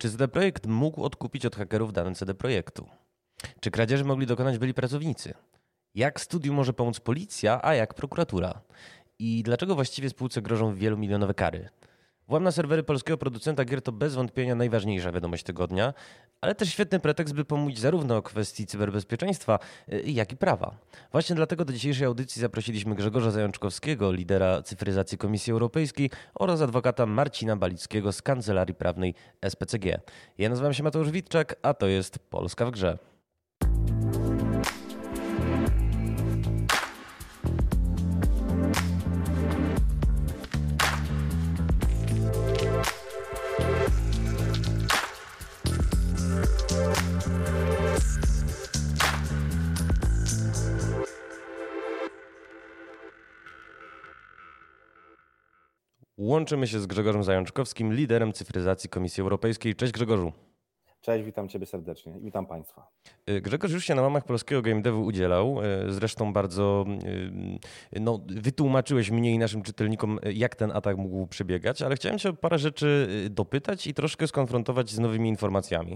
Czy CD Projekt mógł odkupić od hakerów dane CD Projektu? Czy kradzieży mogli dokonać byli pracownicy? Jak studiu może pomóc policja, a jak prokuratura? I dlaczego właściwie spółce grożą wielomilionowe kary? Włam na serwery polskiego producenta gier to bez wątpienia najważniejsza wiadomość tygodnia, ale też świetny pretekst, by pomówić zarówno o kwestii cyberbezpieczeństwa, jak i prawa. Właśnie dlatego do dzisiejszej audycji zaprosiliśmy Grzegorza Zajączkowskiego, lidera cyfryzacji Komisji Europejskiej, oraz adwokata Marcina Balickiego z Kancelarii Prawnej SPCG. Ja nazywam się Mateusz Witczak, a to jest Polska w grze. Łączymy się z Grzegorzem Zajączkowskim, liderem cyfryzacji Komisji Europejskiej. Cześć Grzegorzu. Cześć, witam Ciebie serdecznie i witam Państwa. Grzegorz już się na łamach polskiego game devu udzielał. Zresztą bardzo wytłumaczyłeś mnie i naszym czytelnikom, jak ten atak mógł przebiegać, ale chciałem Cię o parę rzeczy dopytać i troszkę skonfrontować z nowymi informacjami.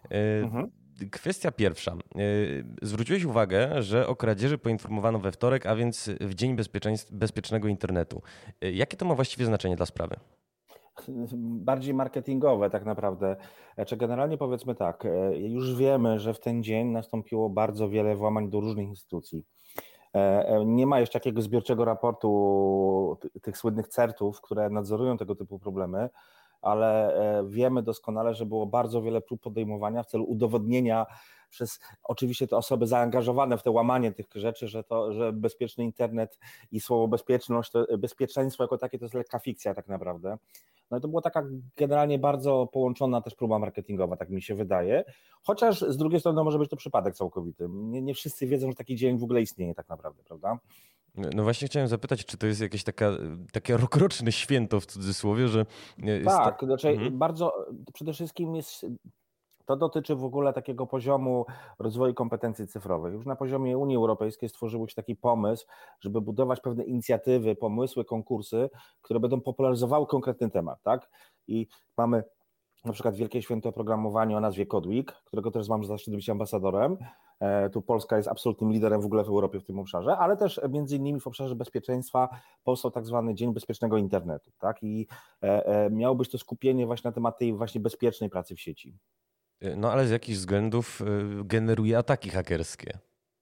Kwestia pierwsza. Zwróciłeś uwagę, że o kradzieży poinformowano we wtorek, a więc w Dzień Bezpiecznego Internetu. Jakie to ma właściwie znaczenie dla sprawy? Bardziej marketingowe tak naprawdę. Znaczy generalnie powiedzmy tak, już wiemy, że w ten dzień nastąpiło bardzo wiele włamań do różnych instytucji. Nie ma jeszcze takiego zbiorczego raportu tych słynnych CERT-ów, które nadzorują tego typu problemy, ale wiemy doskonale, że było bardzo wiele prób podejmowania w celu udowodnienia przez oczywiście te osoby zaangażowane w te łamanie tych rzeczy, że bezpieczny internet i słowo bezpieczność, bezpieczeństwo jako takie to jest lekka fikcja tak naprawdę. No i to była taka generalnie bardzo połączona też próba marketingowa, tak mi się wydaje, chociaż z drugiej strony może być to przypadek całkowity. Nie wszyscy wiedzą, że taki dzień w ogóle istnieje tak naprawdę, prawda? No właśnie chciałem zapytać, czy to jest jakieś takie rokroczne święto w cudzysłowie, że... Tak, znaczy bardzo, przede wszystkim to dotyczy w ogóle takiego poziomu rozwoju kompetencji cyfrowych. Już na poziomie Unii Europejskiej stworzył się taki pomysł, żeby budować pewne inicjatywy, pomysły, konkursy, które będą popularyzowały konkretny temat, tak? I mamy na przykład Wielkie Święto Oprogramowania o nazwie CodeWeek, którego też mam zaszczyt być ambasadorem. Tu Polska jest absolutnym liderem w ogóle w Europie w tym obszarze, ale też między innymi w obszarze bezpieczeństwa powstał tak zwany Dzień Bezpiecznego Internetu, tak? I miało być to skupienie właśnie na temat tej właśnie bezpiecznej pracy w sieci. No ale z jakichś względów generuje ataki hakerskie.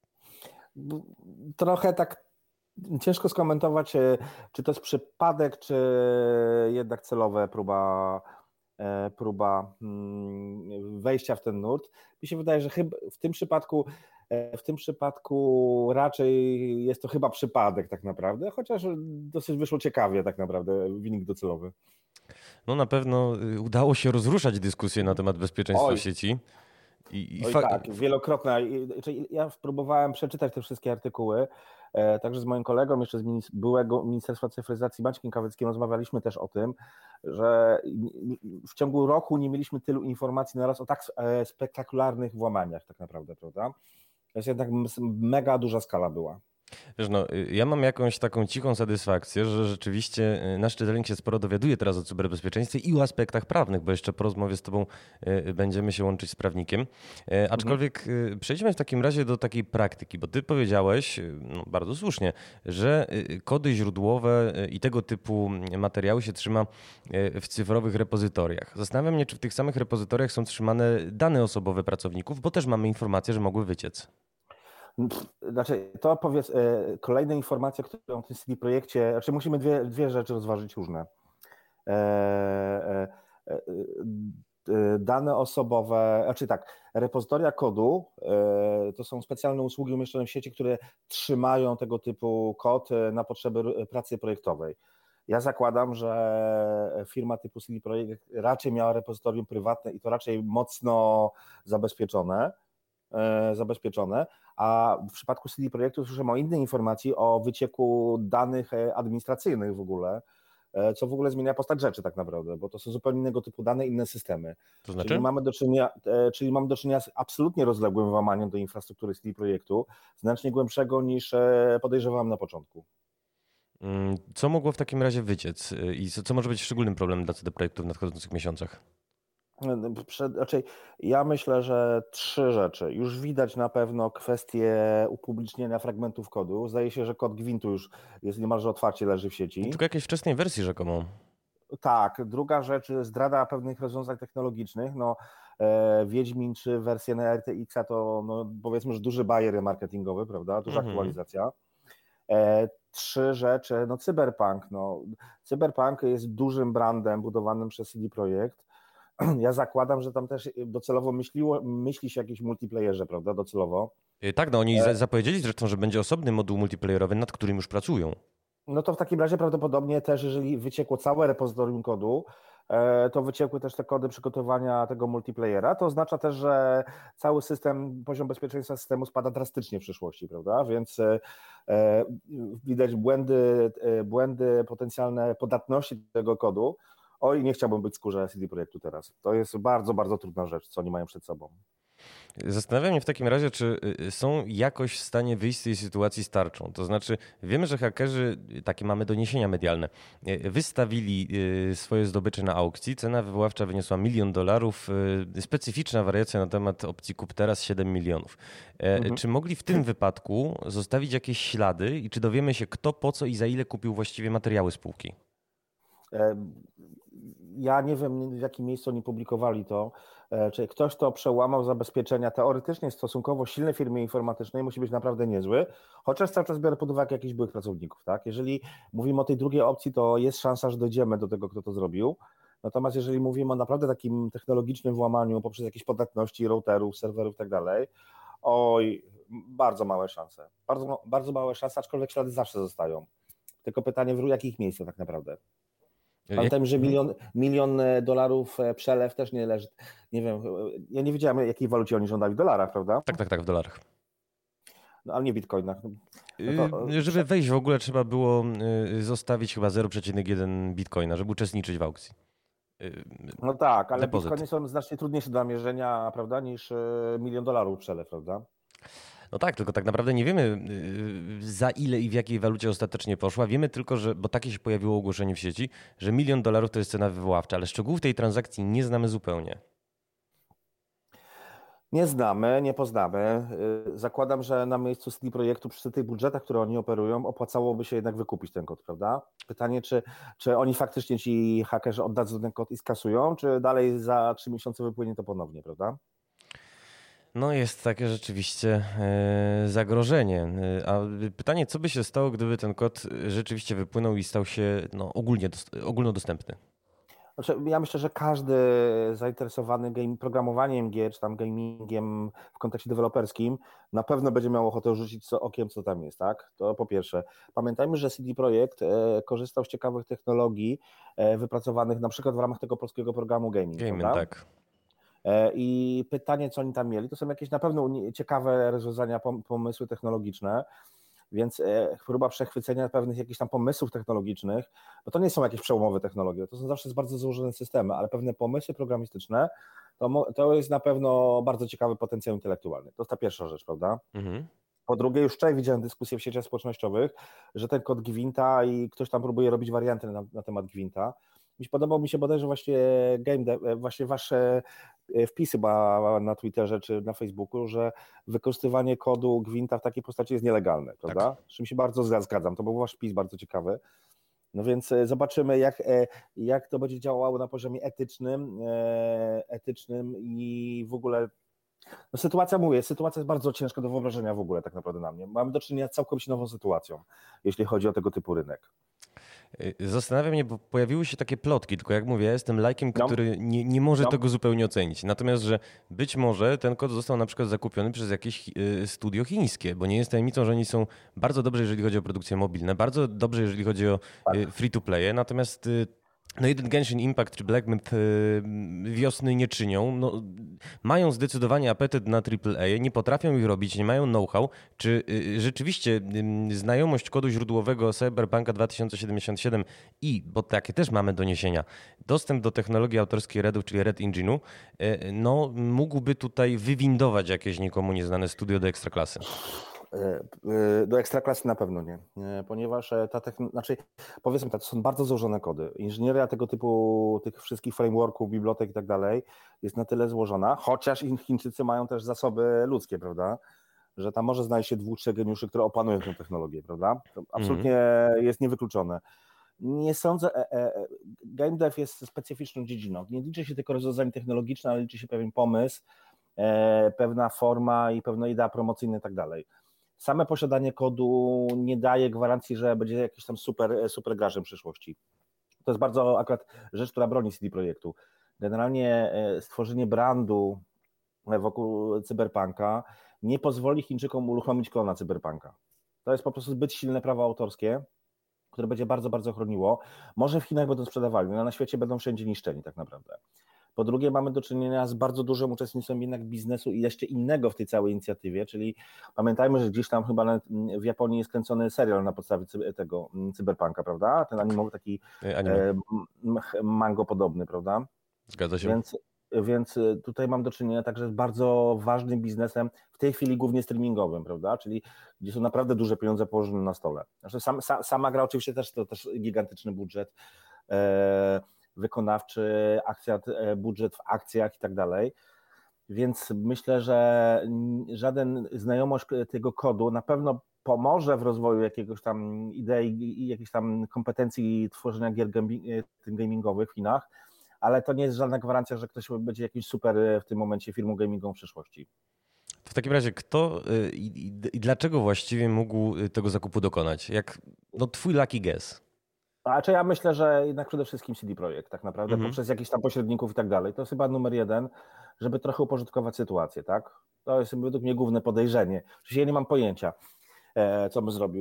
Trochę tak ciężko skomentować, czy to jest przypadek, czy jednak celowa próba wejścia w ten nurt. Mi się wydaje, że chyba w tym przypadku raczej jest to chyba przypadek tak naprawdę, chociaż dosyć wyszło ciekawie tak naprawdę wynik docelowy. No na pewno udało się rozruszać dyskusję na temat bezpieczeństwa w sieci. Tak, wielokrotne. Ja próbowałem przeczytać te wszystkie artykuły, także z moim kolegą jeszcze z byłego Ministerstwa Cyfryzacji Maćkiem Kaweckim rozmawialiśmy też o tym, że w ciągu roku nie mieliśmy tylu informacji naraz o tak spektakularnych włamaniach tak naprawdę, prawda? To jest jednak mega duża skala była. Wiesz, ja mam jakąś taką cichą satysfakcję, że rzeczywiście nasz czytelnik się sporo dowiaduje teraz o cyberbezpieczeństwie i o aspektach prawnych, bo jeszcze po rozmowie z tobą będziemy się łączyć z prawnikiem. Aczkolwiek przejdźmy w takim razie do takiej praktyki, bo ty powiedziałeś, bardzo słusznie, że kody źródłowe i tego typu materiały się trzyma w cyfrowych repozytoriach. Zastanawiam mnie, czy w tych samych repozytoriach są trzymane dane osobowe pracowników, bo też mamy informacje, że mogły wyciec. Znaczy, to powiedz, kolejna informacja, którą w tym CD Projekcie, znaczy musimy dwie rzeczy rozważyć różne. Dane osobowe, znaczy tak, repozytoria kodu to są specjalne usługi umieszczone w sieci, które trzymają tego typu kod na potrzeby pracy projektowej. Ja zakładam, że firma typu CD Projekt raczej miała repozytorium prywatne i to raczej mocno zabezpieczone, a w przypadku CD Projektu słyszymy o innej informacji, o wycieku danych administracyjnych w ogóle, co w ogóle zmienia postać rzeczy tak naprawdę, bo to są zupełnie innego typu dane, inne systemy. To znaczy? Czyli mamy do czynienia z absolutnie rozległym włamaniem do infrastruktury CD Projektu, znacznie głębszego niż podejrzewałem na początku. Co mogło w takim razie wyciec i co może być szczególnym problemem dla CD Projektu w nadchodzących miesiącach? Znaczy, ja myślę, że 3 rzeczy. Już widać na pewno kwestię upublicznienia fragmentów kodu. Zdaje się, że kod gwintu już jest niemalże otwarcie leży w sieci. Tylko jakiejś wczesnej wersji rzekomo. Tak, druga rzecz, zdrada pewnych rozwiązań technologicznych. No, Wiedźmin czy wersję na RTX-a to powiedzmy, że duży bajer marketingowy, prawda? Duża aktualizacja. 3 rzeczy, Cyberpunk. Cyberpunk jest dużym brandem budowanym przez CD Projekt. Ja zakładam, że tam też docelowo myśli się o jakimś multiplayerze, prawda? Docelowo. Tak, no oni zapowiedzieli zresztą, że będzie osobny moduł multiplayerowy, nad którym już pracują. No to w takim razie prawdopodobnie też, jeżeli wyciekło całe repozytorium kodu, to wyciekły też te kody przygotowania tego multiplayera. To oznacza też, że cały system, poziom bezpieczeństwa systemu spada drastycznie w przyszłości, prawda? Więc widać błędy, potencjalne podatności tego kodu. Oj, nie chciałbym być w skórze CD Projektu teraz. To jest bardzo, bardzo trudna rzecz, co oni mają przed sobą. Zastanawiam się w takim razie, czy są jakoś w stanie wyjść z tej sytuacji z tarczą. To znaczy, wiemy, że hakerzy, takie mamy doniesienia medialne, wystawili swoje zdobycze na aukcji. Cena wywoławcza wyniosła $1 000 000. Specyficzna wariacja na temat opcji kup teraz 7 milionów. Czy mogli w tym wypadku zostawić jakieś ślady i czy dowiemy się, kto, po co i za ile kupił właściwie materiały spółki? Ja nie wiem, w jakim miejscu oni publikowali to. Czy ktoś, kto przełamał zabezpieczenia, teoretycznie stosunkowo silnej firmy informatycznej, musi być naprawdę niezły, chociaż cały czas biorę pod uwagę jakichś byłych pracowników. Tak? Jeżeli mówimy o tej drugiej opcji, to jest szansa, że dojdziemy do tego, kto to zrobił. Natomiast jeżeli mówimy o naprawdę takim technologicznym włamaniu poprzez jakieś podatności routerów, serwerów i tak dalej, oj, bardzo małe szanse. Bardzo, bardzo małe szanse, aczkolwiek ślady zawsze zostają. Tylko pytanie, w jakich miejscach tak naprawdę. Pamiętajmy, że milion dolarów przelew też nie leży, nie wiem, ja nie wiedziałem, jakiej walucie oni żądali, w dolarach, prawda? Tak, w dolarach. No, ale nie w bitcoinach. Żeby wejść w ogóle trzeba było zostawić chyba 0,1 bitcoina, żeby uczestniczyć w aukcji. No tak, ale depozyt. bitcoiny są znacznie trudniejsze do namierzenia, prawda, niż $1 milion przelew, prawda? No tak, tylko tak naprawdę nie wiemy za ile i w jakiej walucie ostatecznie poszła. Wiemy tylko, że, bo takie się pojawiło ogłoszenie w sieci, że $1 milion to jest cena wywoławcza, ale szczegółów tej transakcji nie znamy zupełnie. Nie znamy, nie poznamy. Zakładam, że na miejscu CD Projektu przy tych budżetach, które oni operują, opłacałoby się jednak wykupić ten kod, prawda? Pytanie, czy oni faktycznie, ci hakerzy, oddadzą ten kod i skasują, czy dalej za 3 miesiące wypłynie to ponownie, prawda? No jest takie rzeczywiście zagrożenie. A pytanie, co by się stało, gdyby ten kod rzeczywiście wypłynął i stał się ogólnodostępny? Znaczy, ja myślę, że każdy zainteresowany programowaniem gier, czy tam gamingiem w kontekście deweloperskim na pewno będzie miał ochotę rzucić okiem, co tam jest, tak? To po pierwsze. Pamiętajmy, że CD Projekt korzystał z ciekawych technologii wypracowanych na przykład w ramach tego polskiego programu Gaming, prawda? Tak. I pytanie, co oni tam mieli, to są jakieś na pewno ciekawe rozwiązania, pomysły technologiczne, więc próba przechwycenia pewnych jakichś tam pomysłów technologicznych, bo to nie są jakieś przełomowe technologie, to są zawsze bardzo złożone systemy, ale pewne pomysły programistyczne, to jest na pewno bardzo ciekawy potencjał intelektualny. To jest ta pierwsza rzecz, prawda? Mhm. Po drugie, już wczoraj widziałem dyskusję w sieciach społecznościowych, że ten kod Gwinta i ktoś tam próbuje robić warianty na temat Gwinta. Podobał mi się bodajże właśnie wasze wpisy na Twitterze czy na Facebooku, że wykorzystywanie kodu Gwinta w takiej postaci jest nielegalne, prawda? Z czym się bardzo zgadzam. To był wasz wpis bardzo ciekawy. No więc zobaczymy, jak to będzie działało na poziomie etycznym i w ogóle. No sytuacja jest bardzo ciężka do wyobrażenia w ogóle tak naprawdę na mnie. Mamy do czynienia z całkowicie nową sytuacją, jeśli chodzi o tego typu rynek. Zastanawia mnie, bo pojawiły się takie plotki, tylko jak mówię, ja jestem laikiem, który nie może tego zupełnie ocenić. Natomiast, że być może ten kod został na przykład zakupiony przez jakieś studio chińskie, bo nie jest tajemnicą, że oni są bardzo dobrzy, jeżeli chodzi o produkcje mobilne, bardzo dobrzy, jeżeli chodzi o free-to-playe, natomiast jeden Genshin Impact czy Black Myth wiosny nie czynią. No, mają zdecydowanie apetyt na AAA, nie potrafią ich robić, nie mają know-how. Czy rzeczywiście znajomość kodu źródłowego Cyberpunka 2077 bo takie też mamy doniesienia, dostęp do technologii autorskiej Redów, czyli Red Engine'u, mógłby tutaj wywindować jakieś nikomu nieznane studio do ekstraklasy? Do ekstraklasy na pewno nie, ponieważ powiedzmy tak, to są bardzo złożone kody. Inżynieria tego typu, tych wszystkich frameworków, bibliotek i tak dalej jest na tyle złożona, chociaż Chińczycy mają też zasoby ludzkie, prawda, że tam może znaleźć się 2-3 geniuszy, które opanują tę technologię, prawda? To absolutnie jest niewykluczone. Nie sądzę, game dev jest specyficzną dziedziną. Nie liczy się tylko rozwiązanie technologiczne, ale liczy się pewien pomysł, pewna forma i pewna idea promocyjna i tak dalej. Same posiadanie kodu nie daje gwarancji, że będzie jakiś tam super grażem w przyszłości. To jest bardzo akurat rzecz, która broni CD Projektu. Generalnie stworzenie brandu wokół Cyberpunka nie pozwoli Chińczykom uruchomić klona Cyberpunka. To jest po prostu zbyt silne prawo autorskie, które będzie bardzo, bardzo chroniło. Może w Chinach będą sprzedawali, ale na świecie będą wszędzie niszczeni tak naprawdę. Po drugie, mamy do czynienia z bardzo dużym uczestnictwem jednak biznesu i jeszcze innego w tej całej inicjatywie, czyli pamiętajmy, że gdzieś tam chyba w Japonii jest kręcony serial na podstawie tego Cyberpunka, prawda? Ten animowy taki mango podobny, prawda? Zgadza się. Więc tutaj mam do czynienia także z bardzo ważnym biznesem, w tej chwili głównie streamingowym, prawda? Czyli gdzie są naprawdę duże pieniądze położone na stole. Znaczy sama gra oczywiście to też gigantyczny budżet wykonawczy, budżet w akcjach i tak dalej. Więc myślę, że znajomość tego kodu na pewno pomoże w rozwoju jakiegoś tam idei i jakichś tam kompetencji tworzenia gier gamingowych w Chinach, ale to nie jest żadna gwarancja, że ktoś będzie jakiś super w tym momencie firmą gamingową w przyszłości. To w takim razie kto i dlaczego właściwie mógł tego zakupu dokonać? Twój lucky guess. Znaczy ja myślę, że jednak przede wszystkim CD Projekt tak naprawdę, poprzez jakichś tam pośredników i tak dalej. To jest chyba numer jeden, żeby trochę uporządkować sytuację, tak? To jest według mnie główne podejrzenie. Oczywiście ja nie mam pojęcia, co by zrobił.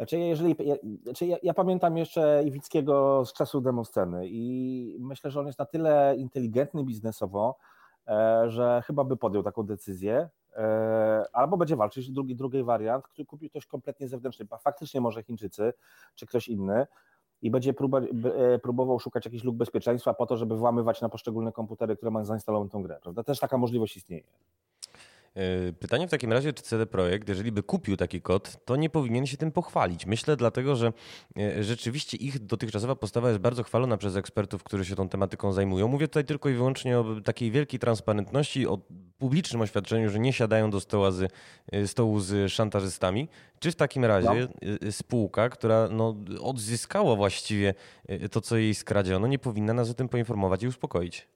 Ja pamiętam jeszcze Iwickiego z czasów demosceny i myślę, że on jest na tyle inteligentny biznesowo, że chyba by podjął taką decyzję, albo będzie walczyć, drugi wariant, który kupił ktoś kompletnie zewnętrzny, faktycznie może Chińczycy, czy ktoś inny, i będzie próbował szukać jakichś luk bezpieczeństwa po to, żeby włamywać na poszczególne komputery, które mają zainstalowaną tą grę, prawda? Też taka możliwość istnieje. Pytanie w takim razie, czy CD Projekt, jeżeli by kupił taki kod, to nie powinien się tym pochwalić. Myślę dlatego, że rzeczywiście ich dotychczasowa postawa jest bardzo chwalona przez ekspertów, którzy się tą tematyką zajmują. Mówię tutaj tylko i wyłącznie o takiej wielkiej transparentności, o publicznym oświadczeniu, że nie siadają do stołu z szantażystami. Czy w takim razie spółka, która odzyskała właściwie to, co jej skradziono, nie powinna nas o tym poinformować i uspokoić?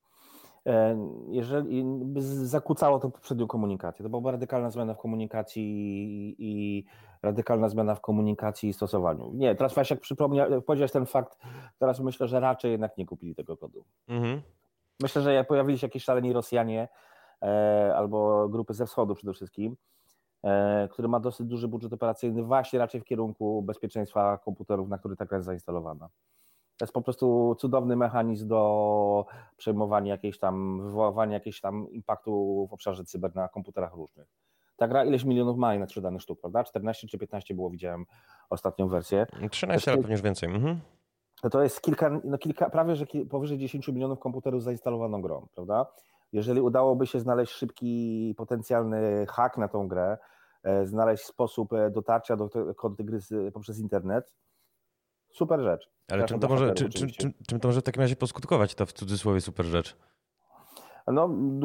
Jeżeli zakłócało to poprzednią komunikację, to była radykalna zmiana w komunikacji i radykalna zmiana w komunikacji i stosowaniu. Nie, teraz właśnie jak powiedziałeś ten fakt, teraz myślę, że raczej jednak nie kupili tego kodu. Myślę, że jak pojawili się jakieś szaleni Rosjanie albo grupy ze wschodu przede wszystkim, który ma dosyć duży budżet operacyjny właśnie raczej w kierunku bezpieczeństwa komputerów, na których ta gra jest zainstalowana. To jest po prostu cudowny mechanizm do przejmowania wywoływania jakiegoś tam impaktu w obszarze cyber na komputerach różnych. Ta gra ileś milionów ma jednak sprzedanych sztuk, prawda? 14 czy 15 było, widziałem ostatnią wersję. 13, ale pewnie już więcej. To jest prawie że powyżej 10 milionów komputerów zainstalowaną grą, prawda? Jeżeli udałoby się znaleźć szybki, potencjalny hack na tą grę, znaleźć sposób dotarcia do tej gry poprzez internet, super rzecz. Ale czym to może w takim razie poskutkować, ta w cudzysłowie super rzecz? No,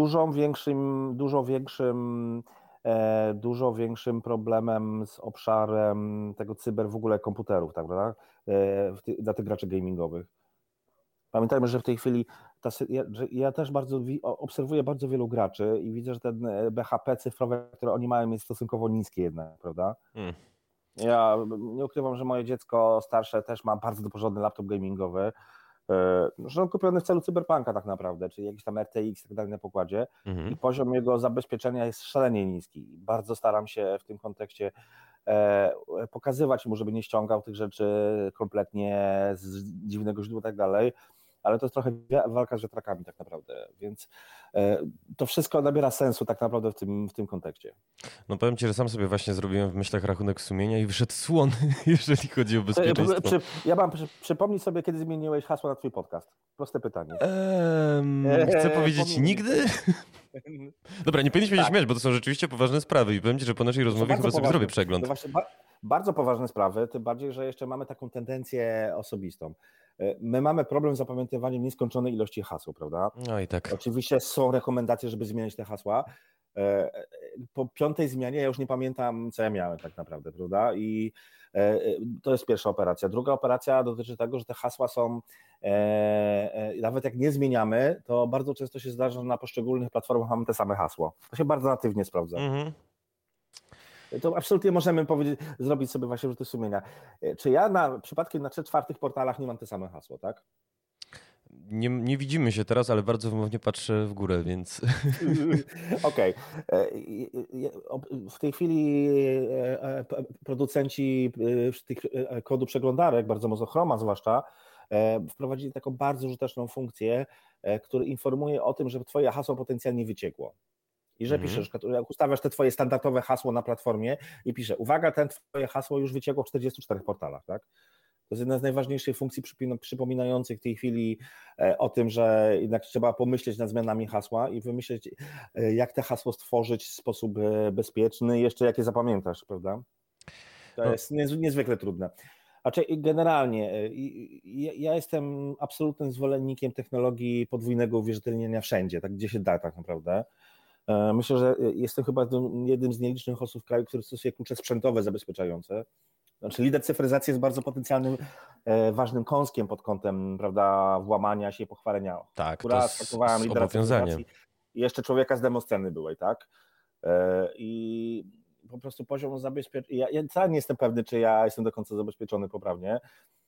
dużo większym problemem z obszarem tego cyber w ogóle komputerów, tak, prawda? Dla tych graczy gamingowych. Pamiętajmy, że w tej chwili ja też obserwuję bardzo wielu graczy i widzę, że ten BHP cyfrowe, które oni mają, jest stosunkowo niskie jednak, prawda? Ja nie ukrywam, że moje dziecko starsze też ma bardzo porządny laptop gamingowy, że kupiony w celu cyberpunka tak naprawdę, czyli jakiś tam RTX tak dalej na pokładzie i poziom jego zabezpieczenia jest szalenie niski. Bardzo staram się w tym kontekście pokazywać mu, żeby nie ściągał tych rzeczy kompletnie z dziwnego źródła i tak dalej, ale to jest trochę walka z wiatrakami tak naprawdę, więc to wszystko nabiera sensu tak naprawdę w tym kontekście. No powiem ci, że sam sobie właśnie zrobiłem w myślach rachunek sumienia i wyszedł słony, jeżeli chodzi o bezpieczeństwo. Przypomnij sobie, kiedy zmieniłeś hasło na twój podcast. Proste pytanie. Chcę powiedzieć nigdy? Dobra, nie powinniśmy się Tak. śmiać, bo to są rzeczywiście poważne sprawy i powiem ci, że po naszej rozmowie chyba sobie zrobię przegląd. No właśnie, bardzo poważne sprawy, tym bardziej, że jeszcze mamy taką tendencję osobistą. My mamy problem z zapamiętywaniem nieskończonej ilości haseł, prawda? No i tak. Oczywiście są rekomendacje, żeby zmieniać te hasła. Po 5. zmianie ja już nie pamiętam, co ja miałem tak naprawdę, prawda? I to jest pierwsza operacja. Druga operacja dotyczy tego, że te hasła są, nawet jak nie zmieniamy, to bardzo często się zdarza, że na poszczególnych platformach mamy te same hasło. To się bardzo natywnie sprawdza. To absolutnie możemy powiedzieć, zrobić sobie właśnie rzuty sumienia. Czy ja przypadkiem na 3/4 portalach nie mam te same hasło, tak? Nie widzimy się teraz, ale bardzo wymownie patrzę w górę, więc... Okej. W tej chwili producenci tych kodu przeglądarek, bardzo mocno Chroma zwłaszcza, wprowadzili taką bardzo użyteczną funkcję, która informuje o tym, że twoje hasło potencjalnie wyciekło. I że piszesz, jak ustawiasz te twoje standardowe hasło na platformie i pisze, uwaga, twoje hasło już wyciekło w 44 portalach, tak? To jest jedna z najważniejszych funkcji przypominających w tej chwili o tym, że jednak trzeba pomyśleć nad zmianami hasła i wymyśleć, jak te hasło stworzyć w sposób bezpieczny i jeszcze jak je zapamiętasz, prawda? To jest niezwykle trudne. Znaczy, generalnie ja jestem absolutnym zwolennikiem technologii podwójnego uwierzytelnienia wszędzie, tak gdzie się da tak naprawdę. Myślę, że jestem chyba jednym z nielicznych osób w kraju, który stosuje klucze sprzętowe zabezpieczające. Znaczy lider cyfryzacji jest bardzo potencjalnym, ważnym kąskiem pod kątem, prawda, włamania się i pochwalenia. Tak, Która skakowałem lidera cyfryzacji i jeszcze człowieka z demosceny byłej, tak? I po prostu poziom zabezpieczenia. Ja wcale nie jestem pewny, czy ja jestem do końca zabezpieczony poprawnie,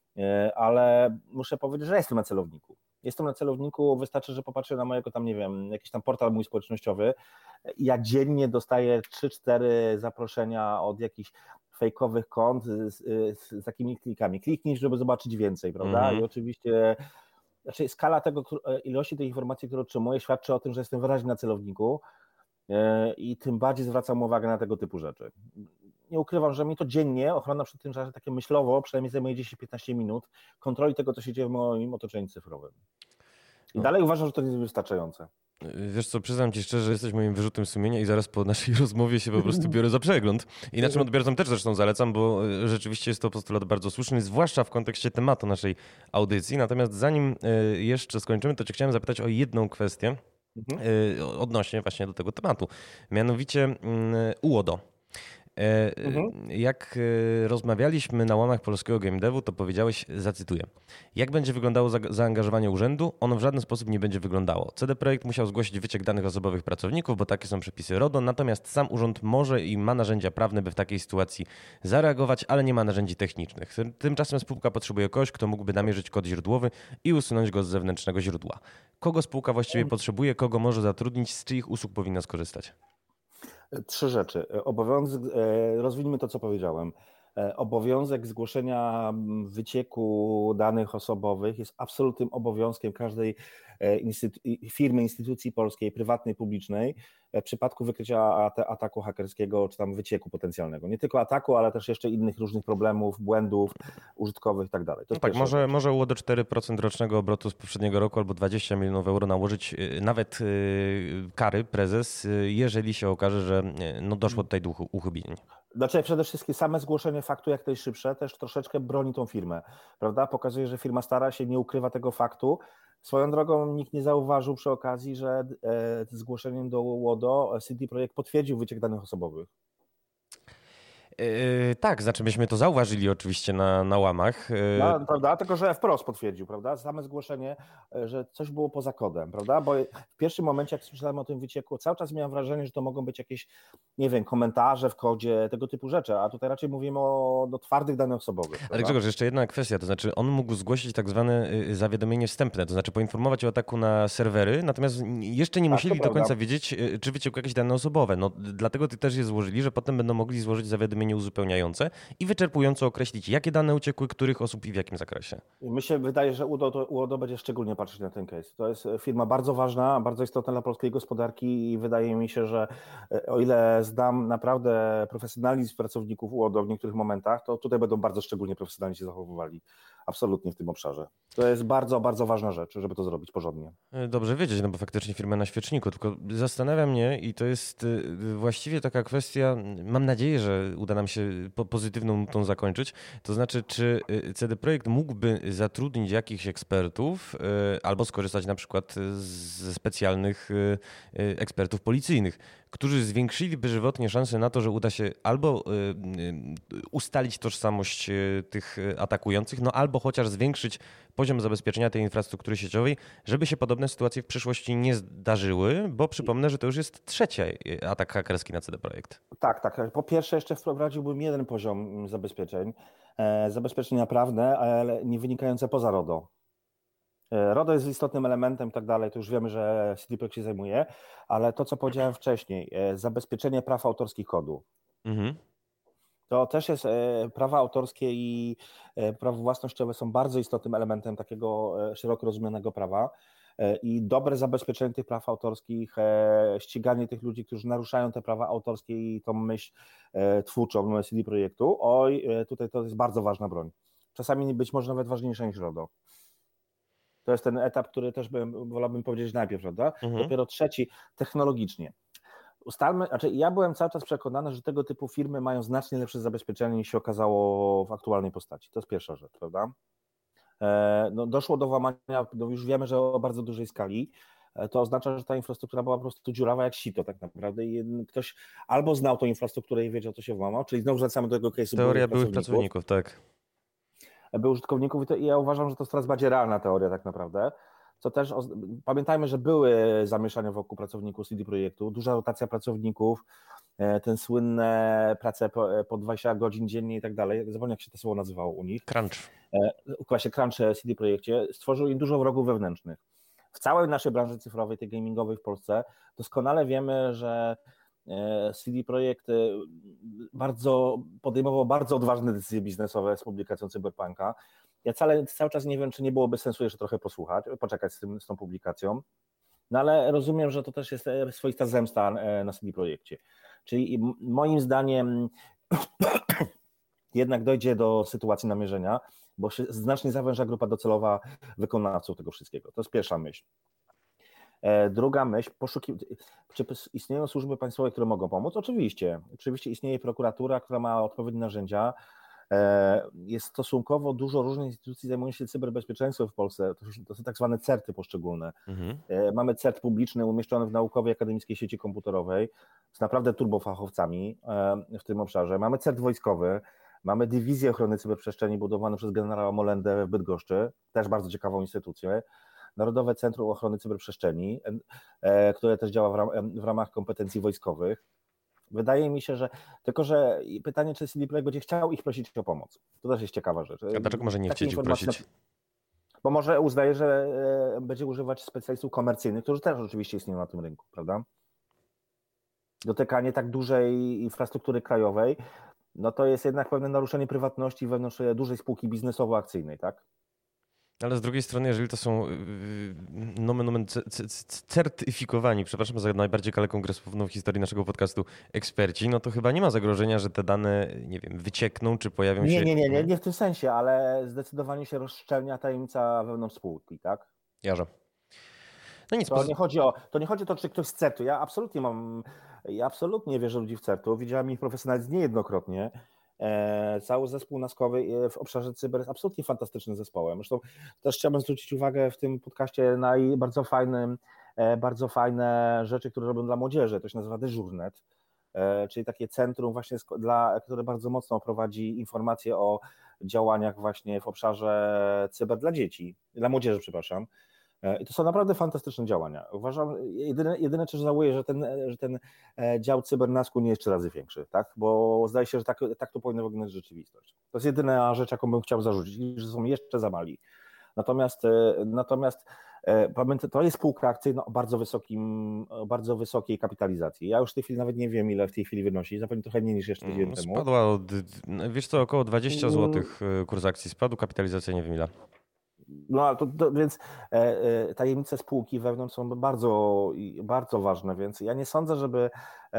ale muszę powiedzieć, że jestem na celowniku. Jestem na celowniku, wystarczy, że popatrzę na mojego tam, nie wiem, jakiś tam portal mój społecznościowy. Ja dziennie dostaję 3-4 zaproszenia od jakichś fejkowych kont z takimi klikami. Kliknij, żeby zobaczyć więcej, prawda? I oczywiście znaczy skala tego, ilości tych informacji, które otrzymuję, świadczy o tym, że jestem wyraźnie na celowniku i tym bardziej zwracam uwagę na tego typu rzeczy. Nie ukrywam, że mi to dziennie, ochrona przed tym, że takie myślowo, przynajmniej zajmuje 10-15 minut kontroli tego, co się dzieje w moim otoczeniu cyfrowym. I dalej uważam, że to nie jest wystarczające. Wiesz co, przyznam ci szczerze, że jesteś moim wyrzutem sumienia i zaraz po naszej rozmowie się po prostu biorę za przegląd. I naszym odbiorcom też zresztą zalecam, bo rzeczywiście jest to postulat bardzo słuszny, zwłaszcza w kontekście tematu naszej audycji. Natomiast zanim jeszcze skończymy, to cię chciałem zapytać o jedną kwestię odnośnie właśnie do tego tematu. Mianowicie UODO. Jak rozmawialiśmy na łamach polskiego game devu, to powiedziałeś, zacytuję: jak będzie wyglądało zaangażowanie urzędu? Ono w żaden sposób nie będzie wyglądało. CD Projekt musiał zgłosić wyciek danych osobowych pracowników, bo takie są przepisy RODO, natomiast sam urząd może i ma narzędzia prawne, by w takiej sytuacji zareagować, ale nie ma narzędzi technicznych. Tymczasem spółka potrzebuje kogoś, kto mógłby namierzyć kod źródłowy i usunąć go z zewnętrznego źródła. Kogo spółka właściwie potrzebuje, kogo może zatrudnić, z czyich usług powinna skorzystać? 3 rzeczy. Rozwijmy to, co powiedziałem. Obowiązek zgłoszenia wycieku danych osobowych jest absolutnym obowiązkiem każdej firmy, instytucji polskiej, prywatnej, publicznej w przypadku wykrycia ataku hakerskiego czy tam wycieku potencjalnego. Nie tylko ataku, ale też jeszcze innych różnych problemów, błędów użytkowych i tak dalej. No tak, może UODO 4% rocznego obrotu z poprzedniego roku albo 20 milionów euro nałożyć nawet kary prezes, jeżeli się okaże, że doszło tutaj do uchybień. Znaczy przede wszystkim same zgłoszenie faktu jak najszybsze też troszeczkę broni tą firmę, prawda? Pokazuje, że firma stara się, nie ukrywa tego faktu. Swoją drogą nikt nie zauważył przy okazji, że zgłoszeniem do UODO CD Projekt potwierdził wyciek danych osobowych. Tak, znaczy myśmy to zauważyli oczywiście na łamach. No, prawda? Tylko, że wprost potwierdził, prawda? Same zgłoszenie, że coś było poza kodem, prawda? Bo w pierwszym momencie, jak słyszałem o tym wycieku, cały czas miałem wrażenie, że to mogą być jakieś, nie wiem, komentarze w kodzie, tego typu rzeczy, a tutaj raczej mówimy o twardych danych osobowych. Ale Grzegorz, jeszcze jedna kwestia, to znaczy on mógł zgłosić tak zwane zawiadomienie wstępne, to znaczy poinformować o ataku na serwery, natomiast jeszcze nie musieli do końca wiedzieć, czy wyciekły jakieś dane osobowe. No, dlatego ty też je złożyli, że potem będą mogli złożyć zawiadomienie uzupełniające i wyczerpująco określić, jakie dane uciekły, których osób i w jakim zakresie. Mi się wydaje, że UODO będzie szczególnie patrzeć na ten case. To jest firma bardzo ważna, bardzo istotna dla polskiej gospodarki i wydaje mi się, że o ile znam naprawdę profesjonalizm pracowników UODO w niektórych momentach, to tutaj będą bardzo szczególnie profesjonalnie się zachowywali. absolutnie w tym obszarze. To jest bardzo, bardzo ważna rzecz, żeby to zrobić porządnie. Dobrze wiedzieć, no bo faktycznie firma na świeczniku, tylko zastanawia mnie i to jest właściwie taka kwestia, mam nadzieję, że uda nam się pozytywną tą zakończyć, to znaczy, czy CD Projekt mógłby zatrudnić jakichś ekspertów albo skorzystać na przykład ze specjalnych ekspertów policyjnych, którzy zwiększyliby żywotnie szanse na to, że uda się albo ustalić tożsamość tych atakujących, no albo chociaż zwiększyć poziom zabezpieczenia tej infrastruktury sieciowej, żeby się podobne sytuacje w przyszłości nie zdarzyły, bo przypomnę, że to już jest trzeci atak hakerski na CD Projekt. Tak. Po pierwsze jeszcze wprowadziłbym jeden poziom zabezpieczeń. Zabezpieczenia prawne, ale nie wynikające poza RODO. RODO jest istotnym elementem i tak dalej, to już wiemy, że CD Projekt się zajmuje, ale to, co powiedziałem wcześniej, zabezpieczenie praw autorskich kodu. Mhm. To też jest, prawa autorskie i prawa własnościowe są bardzo istotnym elementem takiego szeroko rozumianego prawa i dobre zabezpieczenie tych praw autorskich, ściganie tych ludzi, którzy naruszają te prawa autorskie i tą myśl twórczą CD Projektu, tutaj to jest bardzo ważna broń. Czasami być może nawet ważniejsza niż RODO. To jest ten etap, który też wolałbym powiedzieć najpierw, prawda? Dopiero trzeci, technologicznie. Ja byłem cały czas przekonany, że tego typu firmy mają znacznie lepsze zabezpieczenie niż się okazało w aktualnej postaci. To jest pierwsza rzecz, prawda? Doszło do włamania, już wiemy, że o bardzo dużej skali. To oznacza, że ta infrastruktura była po prostu dziurawa jak sito tak naprawdę i ktoś albo znał tą infrastrukturę i wiedział, co się włamał, czyli znowu wracamy do tego case'u Teoria byłych pracowników, tak. Były użytkowników i ja uważam, że to jest coraz bardziej realna teoria tak naprawdę. Co też, pamiętajmy, że były zamieszania wokół pracowników CD Projektu, duża rotacja pracowników, ten słynne prace po 20 godzin dziennie i tak dalej. Zapomnę, jak się to słowo nazywało u nich. Crunch. Właśnie crunch CD Projekcie stworzył im dużo wrogów wewnętrznych. W całej naszej branży cyfrowej, tej gamingowej w Polsce, doskonale wiemy, że CD Projekt podejmował bardzo odważne decyzje biznesowe z publikacją Cyberpunka. Ja cały czas nie wiem, czy nie byłoby sensu jeszcze trochę poczekać z tą publikacją, no ale rozumiem, że to też jest swoista zemsta na CD Projekcie. Czyli moim zdaniem jednak dojdzie do sytuacji namierzenia, bo się znacznie zawęża grupa docelowa wykonawców tego wszystkiego. To jest pierwsza myśl. Druga myśl, czy istnieją służby państwowe, które mogą pomóc? Oczywiście istnieje prokuratura, która ma odpowiednie narzędzia. Jest stosunkowo dużo różnych instytucji zajmujących się cyberbezpieczeństwem w Polsce, to są tak zwane CERT-y poszczególne. Mamy CERT publiczny umieszczony w Naukowej Akademickiej Sieci Komputerowej z naprawdę turbofachowcami w tym obszarze. Mamy CERT wojskowy, mamy Dywizję Ochrony Cyberprzestrzeni budowaną przez generała Molendę w Bydgoszczy, też bardzo ciekawą instytucję. Narodowe Centrum Ochrony Cyberprzestrzeni, które też działa w ramach kompetencji wojskowych. Wydaje mi się, że pytanie, czy CD Projekt będzie chciał ich prosić o pomoc. To też jest ciekawa rzecz. A dlaczego może nie chcieć ich prosić? Bo może uznaje, że będzie używać specjalistów komercyjnych, którzy też oczywiście istnieją na tym rynku, prawda? Dotykanie tak dużej infrastruktury krajowej, no to jest jednak pewne naruszenie prywatności wewnątrz dużej spółki biznesowo-akcyjnej, tak? Ale z drugiej strony, jeżeli to są nomen omen certyfikowani, przepraszam za najbardziej kaleką grę słowną w historii naszego podcastu, eksperci, no to chyba nie ma zagrożenia, że te dane, nie wiem, wyciekną, czy pojawią się... Nie w tym sensie, ale zdecydowanie się rozszczelnia tajemnica wewnątrz spółki, tak? Jarze. No nic, to nie chodzi o to, czy ktoś z CERT-u. Ja absolutnie wierzę ludzi w CERT-u. Widziałem ich profesjonalizm niejednokrotnie. Cały zespół naskowy w obszarze cyber jest absolutnie fantastycznym zespołem. Zresztą też chciałbym zwrócić uwagę w tym podcaście na bardzo fajne rzeczy, które robią dla młodzieży. To się nazywa Dyżurnet, czyli takie centrum właśnie, które bardzo mocno prowadzi informacje o działaniach właśnie w obszarze cyber dla młodzieży, przepraszam. I to są naprawdę fantastyczne działania. Uważam, jedyne co żałuję, że ten dział CyberNASK-u nie jest 3 razy większy, tak? Bo zdaje się, że tak to powinno wyglądać rzeczywistość. To jest jedyna rzecz, jaką bym chciał zarzucić, że są jeszcze za mali. Natomiast to jest spółka akcyjna o bardzo wysokiej kapitalizacji. Ja już w tej chwili nawet nie wiem, ile w tej chwili wynosi, zapewne trochę mniej niż jeszcze tydzień temu. Spadła wiesz co, około 20 zł kurs akcji spadł, kapitalizacja nie wiem ile. No więc tajemnice spółki wewnątrz są bardzo, bardzo ważne, więc ja nie sądzę, żeby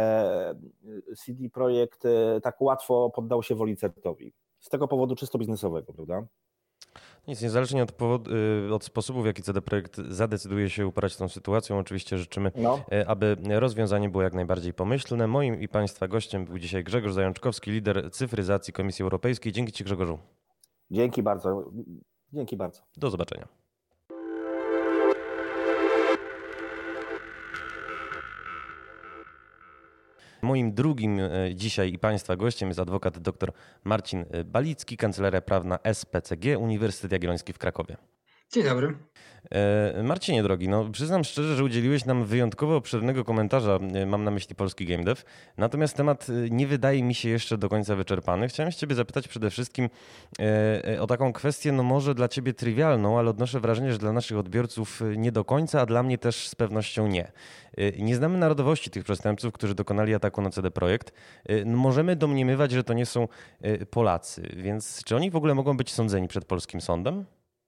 CD Projekt tak łatwo poddał się woli CERT-owi. Z tego powodu czysto biznesowego, prawda? Nic, niezależnie od sposobu, w jaki CD Projekt zadecyduje się uporać z tą sytuacją, oczywiście życzymy, No, aby rozwiązanie było jak najbardziej pomyślne. Moim i Państwa gościem był dzisiaj Grzegorz Zajączkowski, lider cyfryzacji Komisji Europejskiej. Dzięki Ci, Grzegorzu. dzięki bardzo. Dzięki bardzo. Do zobaczenia. Moim drugim dzisiaj i Państwa gościem jest adwokat dr Marcin Balicki, Kancelaria Prawna SPCG, Uniwersytet Jagielloński w Krakowie. Dzień dobry. Marcinie drogi, no przyznam szczerze, że udzieliłeś nam wyjątkowo obszernego komentarza, mam na myśli polski game dev, natomiast temat nie wydaje mi się jeszcze do końca wyczerpany. Chciałem się Ciebie zapytać przede wszystkim o taką kwestię, no może dla Ciebie trywialną, ale odnoszę wrażenie, że dla naszych odbiorców nie do końca, a dla mnie też z pewnością nie. Nie znamy narodowości tych przestępców, którzy dokonali ataku na CD Projekt. No, możemy domniemywać, że to nie są Polacy, więc czy oni w ogóle mogą być sądzeni przed polskim sądem?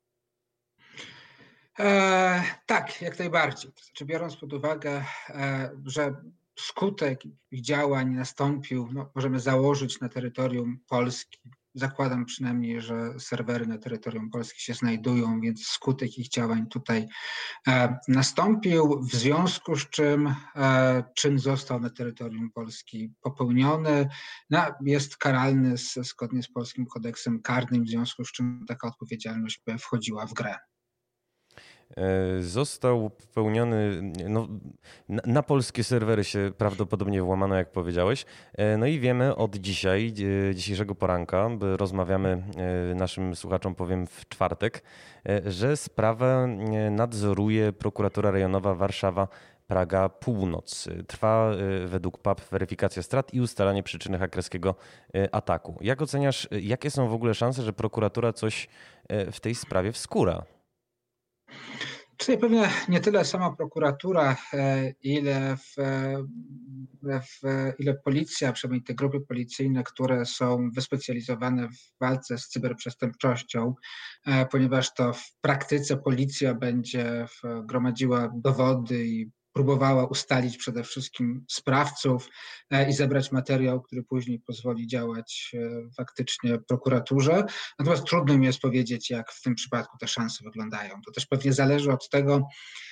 Tak, jak najbardziej. To znaczy, biorąc pod uwagę, że skutek ich działań nastąpił, no, możemy założyć na terytorium Polski. Zakładam przynajmniej, że serwery na terytorium Polski się znajdują, więc skutek ich działań tutaj nastąpił, w związku z czym czyn został na terytorium Polski popełniony. No, jest karalny zgodnie z polskim kodeksem karnym, w związku z czym taka odpowiedzialność by wchodziła w grę. Został popełniony, no, na polskie serwery się prawdopodobnie włamano, jak powiedziałeś. No i wiemy od dzisiejszego poranka, rozmawiamy naszym słuchaczom, powiem w czwartek, że sprawę nadzoruje prokuratura rejonowa Warszawa-Praga Północ. Trwa według PAP weryfikacja strat i ustalanie przyczyny hakerskiego ataku. Jak oceniasz, jakie są w ogóle szanse, że prokuratura coś w tej sprawie wskóra? Tutaj pewnie nie tyle sama prokuratura, ile policja, przynajmniej te grupy policyjne, które są wyspecjalizowane w walce z cyberprzestępczością, ponieważ to w praktyce policja będzie gromadziła dowody i próbowała ustalić przede wszystkim sprawców i zebrać materiał, który później pozwoli działać faktycznie prokuraturze. Natomiast trudno mi jest powiedzieć, jak w tym przypadku te szanse wyglądają. To też pewnie zależy od tego,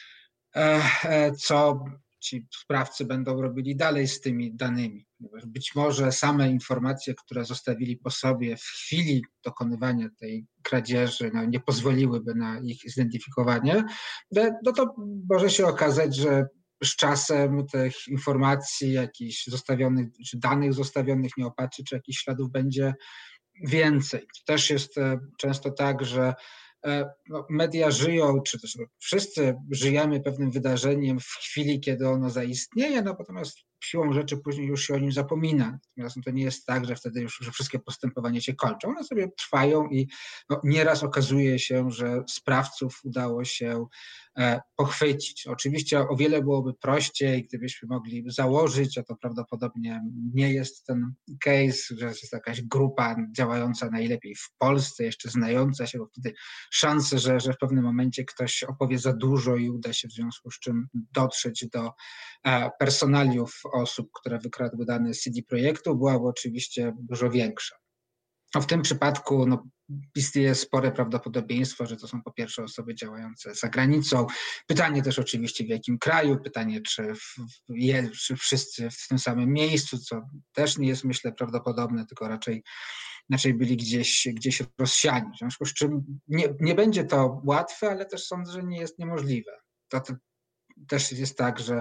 co ci sprawcy będą robili dalej z tymi danymi. Być może same informacje, które zostawili po sobie w chwili dokonywania tej kradzieży, no, nie pozwoliłyby na ich zidentyfikowanie. No to może się okazać, że z czasem tych informacji, jakichś zostawionych, czy danych zostawionych, nieopatrzeń, czy jakichś śladów będzie więcej. To też jest często tak, że media żyją, czy też wszyscy żyjemy pewnym wydarzeniem w chwili, kiedy ono zaistnieje, no natomiast siłą rzeczy później już się o nim zapomina. Natomiast to nie jest tak, że wtedy już że wszystkie postępowania się kończą. One sobie trwają i nieraz okazuje się, że sprawców udało się pochwycić. Oczywiście o wiele byłoby prościej, gdybyśmy mogli założyć, a to prawdopodobnie nie jest ten case, że jest jakaś grupa działająca najlepiej w Polsce, jeszcze znająca się, bo wtedy szanse, że w pewnym momencie ktoś opowie za dużo i uda się w związku z czym dotrzeć do personaliów osób, które wykradły dane CD Projektu, byłaby oczywiście dużo większa. W tym przypadku istnieje spore prawdopodobieństwo, że to są po pierwsze osoby działające za granicą. Pytanie też oczywiście w jakim kraju, pytanie czy wszyscy w tym samym miejscu, co też nie jest myślę prawdopodobne, tylko raczej byli gdzieś rozsiani. W związku z czym nie będzie to łatwe, ale też sądzę, że nie jest niemożliwe. To też jest tak, że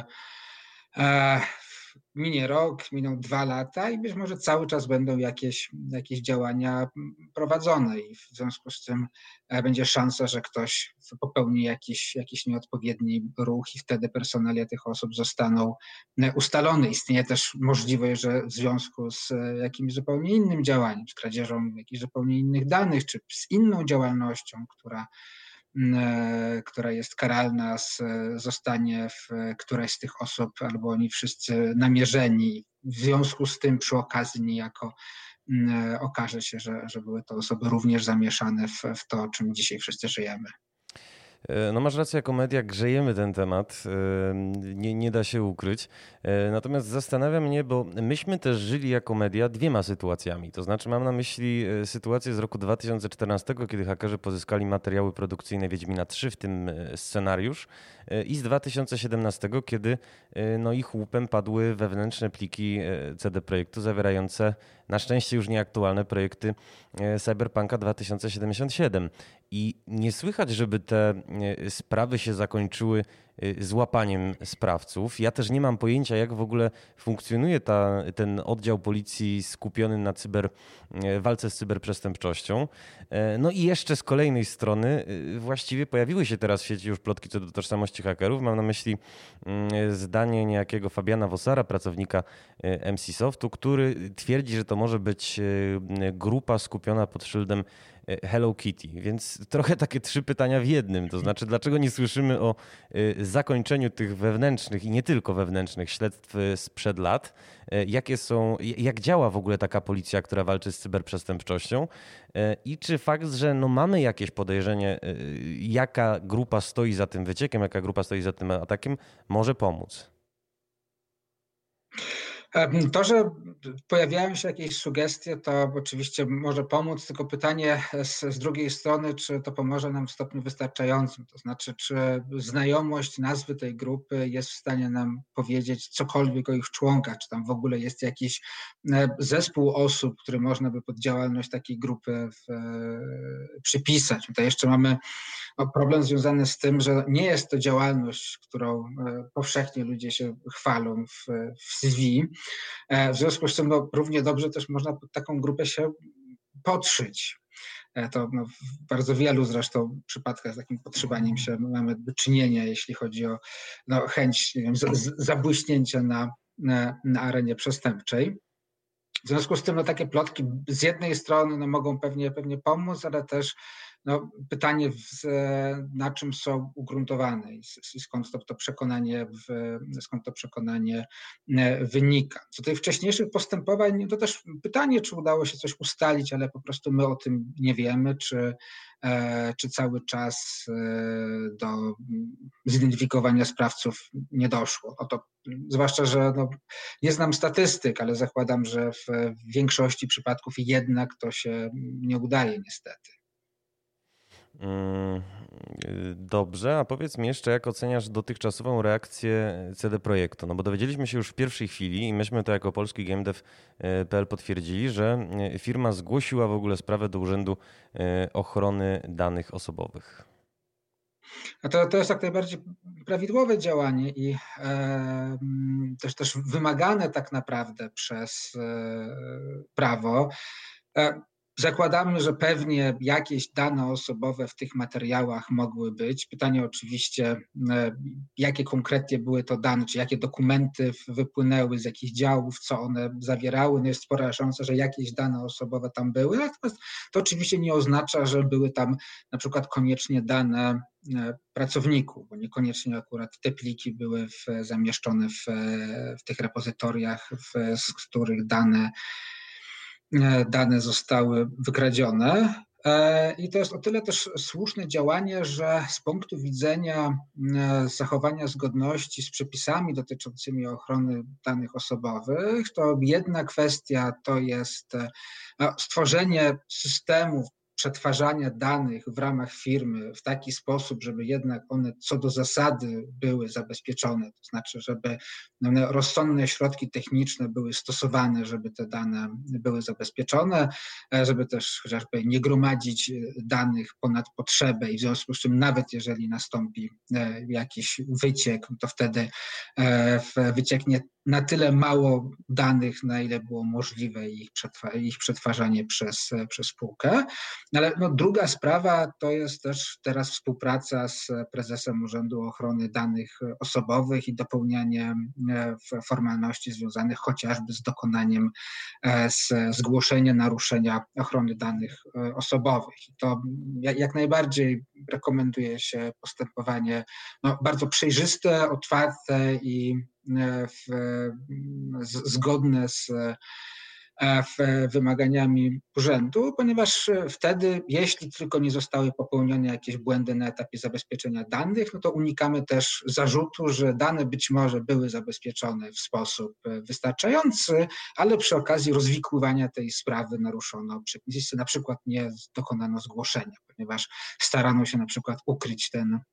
minie rok, miną 2 lata i być może cały czas będą jakieś działania prowadzone i w związku z tym będzie szansa, że ktoś popełni jakiś nieodpowiedni ruch i wtedy personalia tych osób zostaną ustalone. Istnieje też możliwość, że w związku z jakimś zupełnie innym działaniem, z kradzieżą jakichś zupełnie innych danych, czy z inną działalnością, która jest karalna, zostanie któraś z tych osób albo oni wszyscy namierzeni. W związku z tym przy okazji niejako okaże się, że były to osoby również zamieszane w to, czym dzisiaj wszyscy żyjemy. No masz rację, jako media grzejemy ten temat, nie da się ukryć. Natomiast zastanawia mnie, bo myśmy też żyli jako media dwiema sytuacjami. To znaczy mam na myśli sytuację z roku 2014, kiedy hakerzy pozyskali materiały produkcyjne Wiedźmina 3, w tym scenariusz, i z 2017, kiedy no ich łupem padły wewnętrzne pliki CD Projektu zawierające na szczęście już nieaktualne projekty Cyberpunka 2077. I nie słychać, żeby te sprawy się zakończyły złapaniem sprawców. Ja też nie mam pojęcia, jak w ogóle funkcjonuje ten oddział policji skupiony na walce z cyberprzestępczością. No i jeszcze z kolejnej strony właściwie pojawiły się teraz w sieci już plotki co do tożsamości hakerów. Mam na myśli zdanie niejakiego Fabiana Wossara, pracownika MC Softu, który twierdzi, że to może być grupa skupiona pod szyldem Hello Kitty. Więc trochę takie 3 pytania w jednym. To znaczy, dlaczego nie słyszymy o zakończeniu tych wewnętrznych i nie tylko wewnętrznych śledztw sprzed lat? Jak działa w ogóle taka policja, która walczy z cyberprzestępczością? I czy fakt, że no mamy jakieś podejrzenie, jaka grupa stoi za tym wyciekiem, jaka grupa stoi za tym atakiem, może pomóc? To, że pojawiają się jakieś sugestie, to oczywiście może pomóc, tylko pytanie z drugiej strony, czy to pomoże nam w stopniu wystarczającym. To znaczy, czy znajomość nazwy tej grupy jest w stanie nam powiedzieć cokolwiek o ich członkach, czy tam w ogóle jest jakiś zespół osób, który można by pod działalność takiej grupy przypisać. Tutaj jeszcze mamy problem związany z tym, że nie jest to działalność, którą powszechnie ludzie się chwalą w CV. W związku z czym równie dobrze też można pod taką grupę się podszyć. To w bardzo wielu zresztą przypadkach z takim podszywaniem się mamy do czynienia, jeśli chodzi o chęć, nie wiem, zabłyśnięcia na arenie przestępczej. W związku z tym takie plotki z jednej strony mogą pewnie pomóc, ale też pytanie, na czym są ugruntowane i skąd to przekonanie wynika. Co do tych wcześniejszych postępowań, to też pytanie, czy udało się coś ustalić, ale po prostu my o tym nie wiemy, czy cały czas do zidentyfikowania sprawców nie doszło. Zwłaszcza, że nie znam statystyk, ale zakładam, że w większości przypadków jednak to się nie udaje niestety. Dobrze, a powiedz mi jeszcze, jak oceniasz dotychczasową reakcję CD Projektu? No bo dowiedzieliśmy się już w pierwszej chwili i myśmy to jako polski GameDev.pl potwierdzili, że firma zgłosiła w ogóle sprawę do Urzędu Ochrony Danych Osobowych. To jest jak najbardziej prawidłowe działanie i też wymagane tak naprawdę przez prawo. Zakładamy, że pewnie jakieś dane osobowe w tych materiałach mogły być. Pytanie oczywiście, jakie konkretnie były to dane, czy jakie dokumenty wypłynęły z jakich działów, co one zawierały. No jest spora szansa, że jakieś dane osobowe tam były, natomiast to oczywiście nie oznacza, że były tam na przykład koniecznie dane pracowników, bo niekoniecznie akurat te pliki były zamieszczone w tych repozytoriach, z których dane zostały wykradzione. I to jest o tyle też słuszne działanie, że z punktu widzenia zachowania zgodności z przepisami dotyczącymi ochrony danych osobowych, to jedna kwestia to jest stworzenie systemów przetwarzania danych w ramach firmy w taki sposób, żeby jednak one co do zasady były zabezpieczone, to znaczy, żeby rozsądne środki techniczne były stosowane, żeby te dane były zabezpieczone, żeby też chociażby nie gromadzić danych ponad potrzebę i w związku z czym nawet jeżeli nastąpi jakiś wyciek, to wtedy wycieknie na tyle mało danych, na ile było możliwe ich przetwarzanie przez spółkę. Ale druga sprawa to jest też teraz współpraca z prezesem Urzędu Ochrony Danych Osobowych i dopełnianie formalności związanych chociażby z dokonaniem zgłoszenia naruszenia ochrony danych osobowych. I to jak najbardziej rekomenduje się postępowanie bardzo przejrzyste, otwarte i zgodne wymaganiami urzędu, ponieważ wtedy, jeśli tylko nie zostały popełnione jakieś błędy na etapie zabezpieczenia danych, no to unikamy też zarzutu, że dane być może były zabezpieczone w sposób wystarczający, ale przy okazji rozwikływania tej sprawy naruszono przepisy, na przykład nie dokonano zgłoszenia, ponieważ starano się na przykład ukryć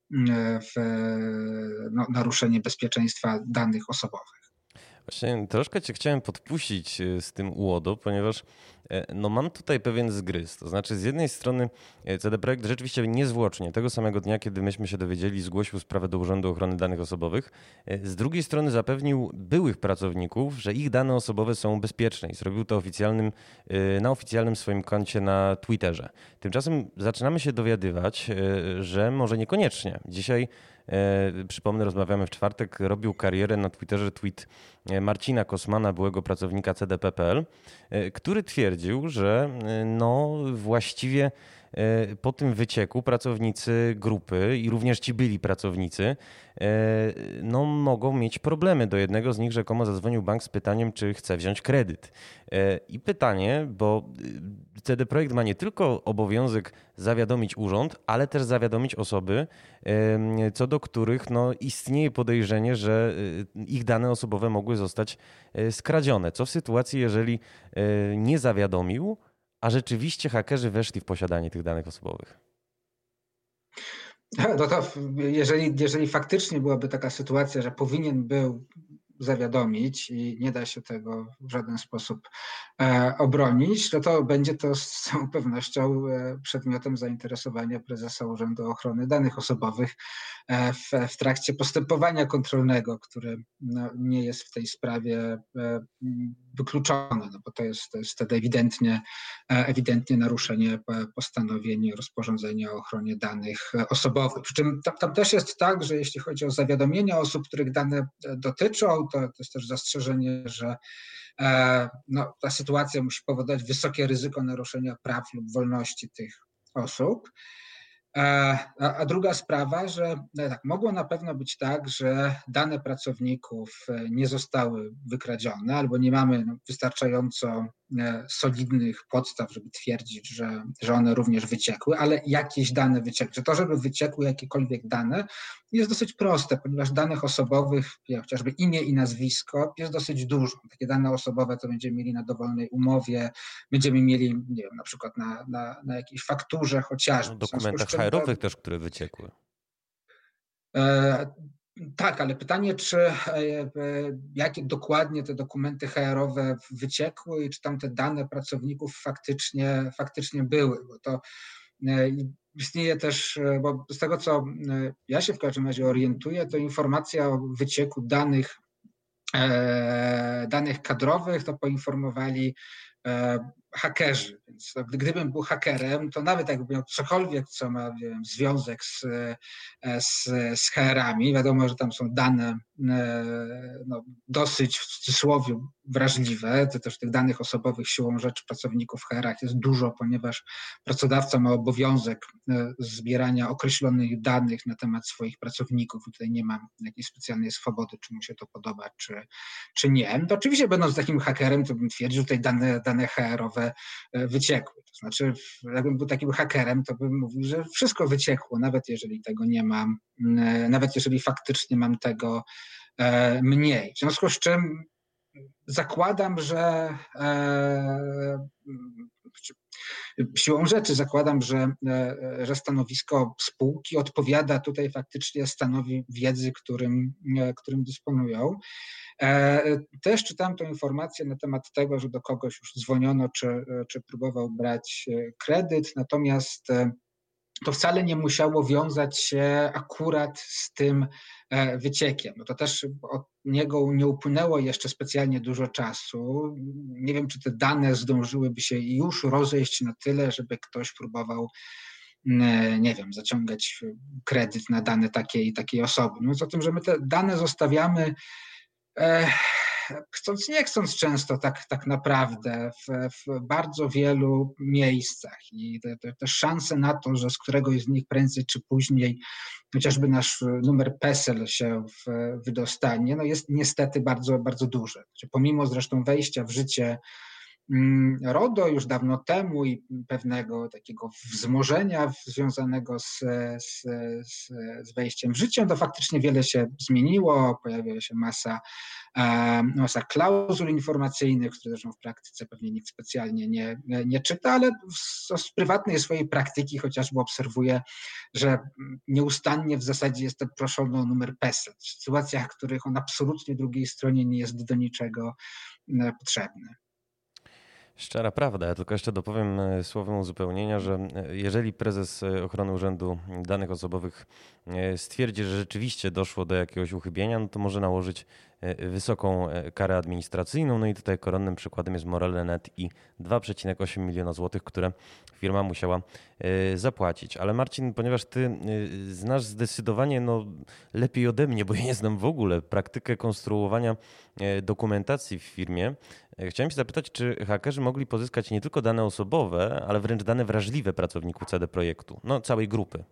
naruszenie bezpieczeństwa danych osobowych. Właśnie troszkę cię chciałem podpuścić z tym UODO, ponieważ mam tutaj pewien zgryz. To znaczy z jednej strony CD Projekt rzeczywiście niezwłocznie, tego samego dnia, kiedy myśmy się dowiedzieli, zgłosił sprawę do Urzędu Ochrony Danych Osobowych. Z drugiej strony zapewnił byłych pracowników, że ich dane osobowe są bezpieczne i zrobił to na oficjalnym swoim koncie na Twitterze. Tymczasem zaczynamy się dowiadywać, że może niekoniecznie. Dzisiaj przypomnę, rozmawiamy w czwartek, robił karierę na Twitterze tweet Marcina Kosmana, byłego pracownika CDP.pl, który twierdził, że właściwie po tym wycieku pracownicy grupy i również ci byli pracownicy mogą mieć problemy. Do jednego z nich rzekomo zadzwonił bank z pytaniem, czy chce wziąć kredyt. I pytanie, bo CD Projekt ma nie tylko obowiązek zawiadomić urząd, ale też zawiadomić osoby, co do których istnieje podejrzenie, że ich dane osobowe mogły zostać skradzione. Co w sytuacji, jeżeli nie zawiadomił, a rzeczywiście hakerzy weszli w posiadanie tych danych osobowych? No to jeżeli faktycznie byłaby taka sytuacja, że powinien był zawiadomić i nie da się tego w żaden sposób obronić, to będzie to z całą pewnością przedmiotem zainteresowania prezesa Urzędu Ochrony Danych Osobowych w trakcie postępowania kontrolnego, które nie jest w tej sprawie wykluczone, bo to jest wtedy ewidentnie naruszenie postanowień rozporządzenia o ochronie danych osobowych. Przy czym tam też jest tak, że jeśli chodzi o zawiadomienia osób, których dane dotyczą, to jest też zastrzeżenie, że ta sytuacja musi powodować wysokie ryzyko naruszenia praw lub wolności tych osób. A druga sprawa, że mogło na pewno być tak, że dane pracowników nie zostały wykradzione albo nie mamy wystarczająco solidnych podstaw, żeby twierdzić, że one również wyciekły, ale jakieś dane wyciekły. To, żeby wyciekły jakiekolwiek dane, jest dosyć proste, ponieważ danych osobowych, chociażby imię i nazwisko, jest dosyć dużo. Takie dane osobowe to będziemy mieli na dowolnej umowie, będziemy mieli, nie wiem, na przykład na jakiejś fakturze chociażby. W dokumentach HR-owych też, które wyciekły. Tak, ale pytanie, jakie dokładnie te dokumenty HR-owe wyciekły i czy tam te dane pracowników faktycznie były, bo to istnieje też, bo z tego, co ja się w każdym razie orientuję, to informacja o wycieku danych kadrowych to poinformowali hakerzy. Więc gdybym był hakerem, to nawet jakbym miał cokolwiek, co ma związek z HR-ami, wiadomo, że tam są dane dosyć w cudzysłowie wrażliwe. To też tych danych osobowych siłą rzeczy pracowników w HR-ach jest dużo, ponieważ pracodawca ma obowiązek zbierania określonych danych na temat swoich pracowników i tutaj nie ma jakiejś specjalnej swobody, czy mu się to podoba, czy nie. To oczywiście będąc takim hakerem, to bym twierdził, że tutaj dane HR-owe wyciekły. To znaczy, jakbym był takim hakerem, to bym mówił, że wszystko wyciekło, nawet jeżeli tego nie mam, nawet jeżeli faktycznie mam tego mniej. W związku z czym zakładam, że siłą rzeczy zakładam, że stanowisko spółki odpowiada tutaj faktycznie stanowi wiedzy, którym dysponują. Też czytałem tę informację na temat tego, że do kogoś już dzwoniono, czy próbował brać kredyt, natomiast to wcale nie musiało wiązać się akurat z tym wyciekiem. No to też od niego nie upłynęło jeszcze specjalnie dużo czasu. Nie wiem, czy te dane zdążyłyby się już rozejść na tyle, żeby ktoś próbował, nie wiem, zaciągać kredyt na dane takiej osoby. Mówiąc o tym, że my te dane zostawiamy chcąc nie chcąc często tak naprawdę w bardzo wielu miejscach i te szanse na to, że z któregoś z nich prędzej czy później chociażby nasz numer PESEL się wydostanie, jest niestety bardzo, bardzo duże. Pomimo zresztą wejścia w życie RODO już dawno temu i pewnego takiego wzmożenia związanego z wejściem w życie, to faktycznie wiele się zmieniło, pojawiła się masa klauzul informacyjnych, które zresztą w praktyce pewnie nikt specjalnie nie czyta, ale z prywatnej swojej praktyki chociażby obserwuję, że nieustannie w zasadzie jestem proszony o numer PESEL w sytuacjach, w których on absolutnie drugiej stronie nie jest do niczego potrzebny. Szczera prawda. Ja tylko jeszcze dopowiem słowem uzupełnienia, że jeżeli prezes Ochrony Urzędu Danych Osobowych stwierdzi, że rzeczywiście doszło do jakiegoś uchybienia, no to może nałożyć wysoką karę administracyjną. No i tutaj koronnym przykładem jest Morale.net i 2,8 miliona złotych, które firma musiała zapłacić. Ale Marcin, ponieważ ty znasz zdecydowanie lepiej ode mnie, bo ja nie znam w ogóle praktykę konstruowania dokumentacji w firmie, chciałem się zapytać, czy hakerzy mogli pozyskać nie tylko dane osobowe, ale wręcz dane wrażliwe pracowników CD Projektu, całej grupy?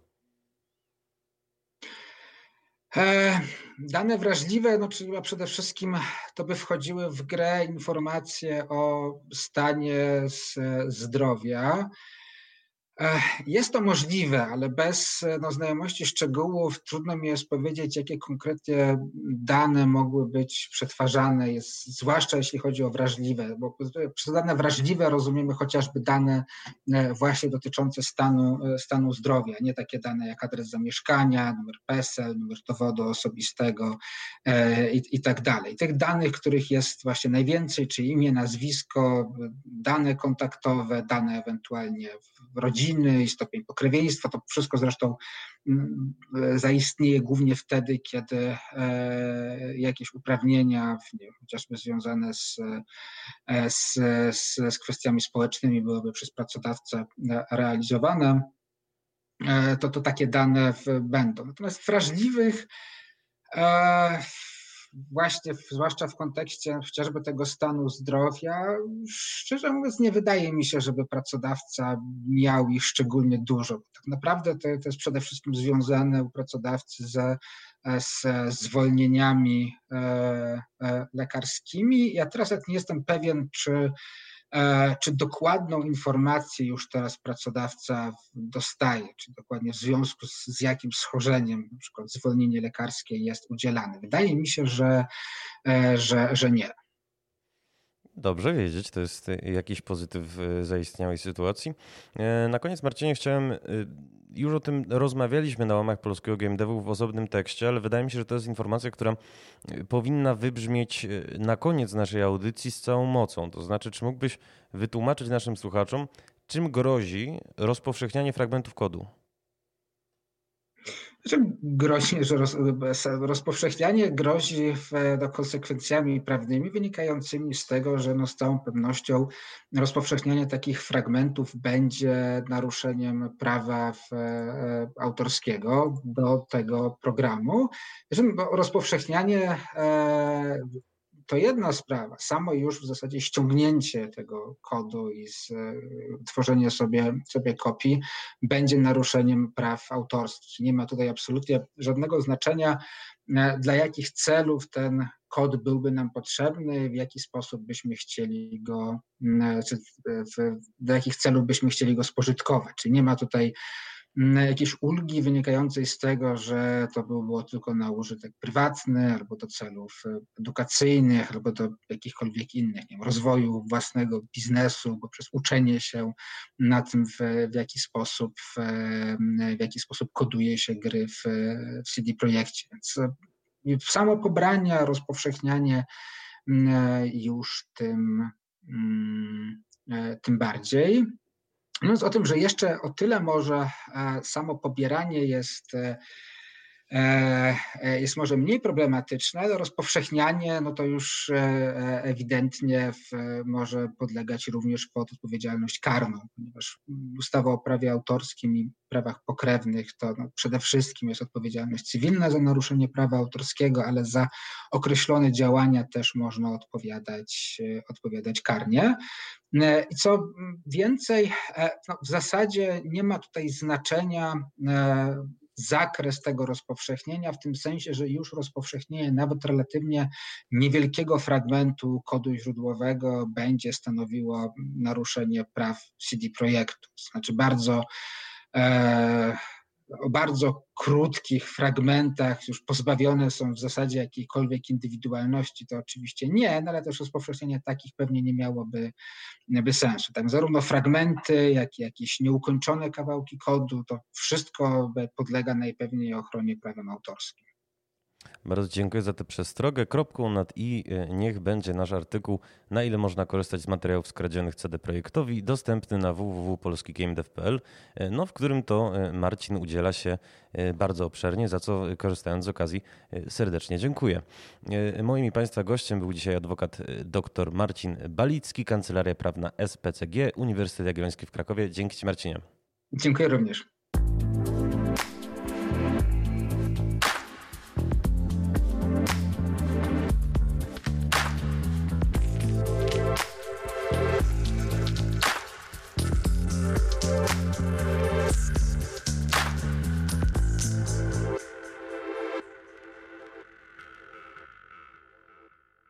Dane wrażliwe, czyli przede wszystkim to by wchodziły w grę informacje o stanie zdrowia. Jest to możliwe, ale bez znajomości szczegółów trudno mi jest powiedzieć, jakie konkretnie dane mogły być przetwarzane, zwłaszcza jeśli chodzi o wrażliwe, bo przez dane wrażliwe rozumiemy chociażby dane właśnie dotyczące stanu zdrowia, nie takie dane jak adres zamieszkania, numer PESEL, numer dowodu osobistego i tak dalej. Tych danych, których jest właśnie najwięcej, czyli imię, nazwisko, dane kontaktowe, dane ewentualnie rodziny i stopień pokrewieństwa. To wszystko zresztą zaistnieje głównie wtedy, kiedy jakieś uprawnienia, chociażby związane z kwestiami społecznymi byłyby przez pracodawcę realizowane, to takie dane będą. Natomiast wrażliwych właśnie, zwłaszcza w kontekście chociażby tego stanu zdrowia, szczerze mówiąc, nie wydaje mi się, żeby pracodawca miał ich szczególnie dużo. Tak naprawdę to jest przede wszystkim związane u pracodawcy ze zwolnieniami lekarskimi. Ja teraz nie jestem pewien, czy dokładną informację już teraz pracodawca dostaje, czy dokładnie w związku z jakim schorzeniem, na przykład zwolnienie lekarskie jest udzielane. Wydaje mi się, że nie. Dobrze wiedzieć, to jest jakiś pozytyw zaistniałej sytuacji. Na koniec, Marcinie, już o tym rozmawialiśmy na łamach Polskiego Game Devu w osobnym tekście, ale wydaje mi się, że to jest informacja, która powinna wybrzmieć na koniec naszej audycji z całą mocą. To znaczy, czy mógłbyś wytłumaczyć naszym słuchaczom, czym grozi rozpowszechnianie fragmentów kodu? Grozi, że rozpowszechnianie grozi konsekwencjami prawnymi wynikającymi z tego, że z całą pewnością rozpowszechnianie takich fragmentów będzie naruszeniem prawa autorskiego do tego programu. Rozpowszechnianie to jedna sprawa, samo już w zasadzie ściągnięcie tego kodu i tworzenie sobie kopii będzie naruszeniem praw autorskich. Nie ma tutaj absolutnie żadnego znaczenia, dla jakich celów ten kod byłby nam potrzebny, w jaki sposób byśmy chcieli go, czy do jakich celów byśmy chcieli go spożytkować. Czyli nie ma tutaj jakiejś ulgi wynikającej z tego, że to było tylko na użytek prywatny, albo do celów edukacyjnych, albo do jakichkolwiek innych, rozwoju własnego biznesu, poprzez uczenie się na tym, w jaki sposób koduje się gry w CD Projekcie. Więc samo pobranie, rozpowszechnianie już tym bardziej. Mówiąc o tym, że jeszcze o tyle może samo pobieranie jest może mniej problematyczne, ale rozpowszechnianie to już ewidentnie może podlegać również pod odpowiedzialność karną, ponieważ ustawa o prawie autorskim i prawach pokrewnych to przede wszystkim jest odpowiedzialność cywilna za naruszenie prawa autorskiego, ale za określone działania też można odpowiadać karnie. I co więcej, w zasadzie nie ma tutaj znaczenia zakres tego rozpowszechnienia, w tym sensie, że już rozpowszechnienie nawet relatywnie niewielkiego fragmentu kodu źródłowego będzie stanowiło naruszenie praw CD Projektu. Znaczy o bardzo krótkich fragmentach, już pozbawione są w zasadzie jakiejkolwiek indywidualności, to oczywiście nie, no ale też rozpowszechnienie takich pewnie nie miałoby sensu. Tak, zarówno fragmenty, jak i jakieś nieukończone kawałki kodu, to wszystko podlega najpewniej ochronie prawem autorskim. Bardzo dziękuję za tę przestrogę. Kropką nad i niech będzie nasz artykuł, na ile można korzystać z materiałów skradzionych CD Projektowi, dostępny na www.polskigamedev.pl, no, w którym to Marcin udziela się bardzo obszernie, za co korzystając z okazji serdecznie dziękuję. Moim i Państwa gościem był dzisiaj adwokat dr Marcin Balicki, Kancelaria Prawna SPCG, Uniwersytet Jagielloński w Krakowie. Dzięki Ci, Marcinie. Dziękuję również.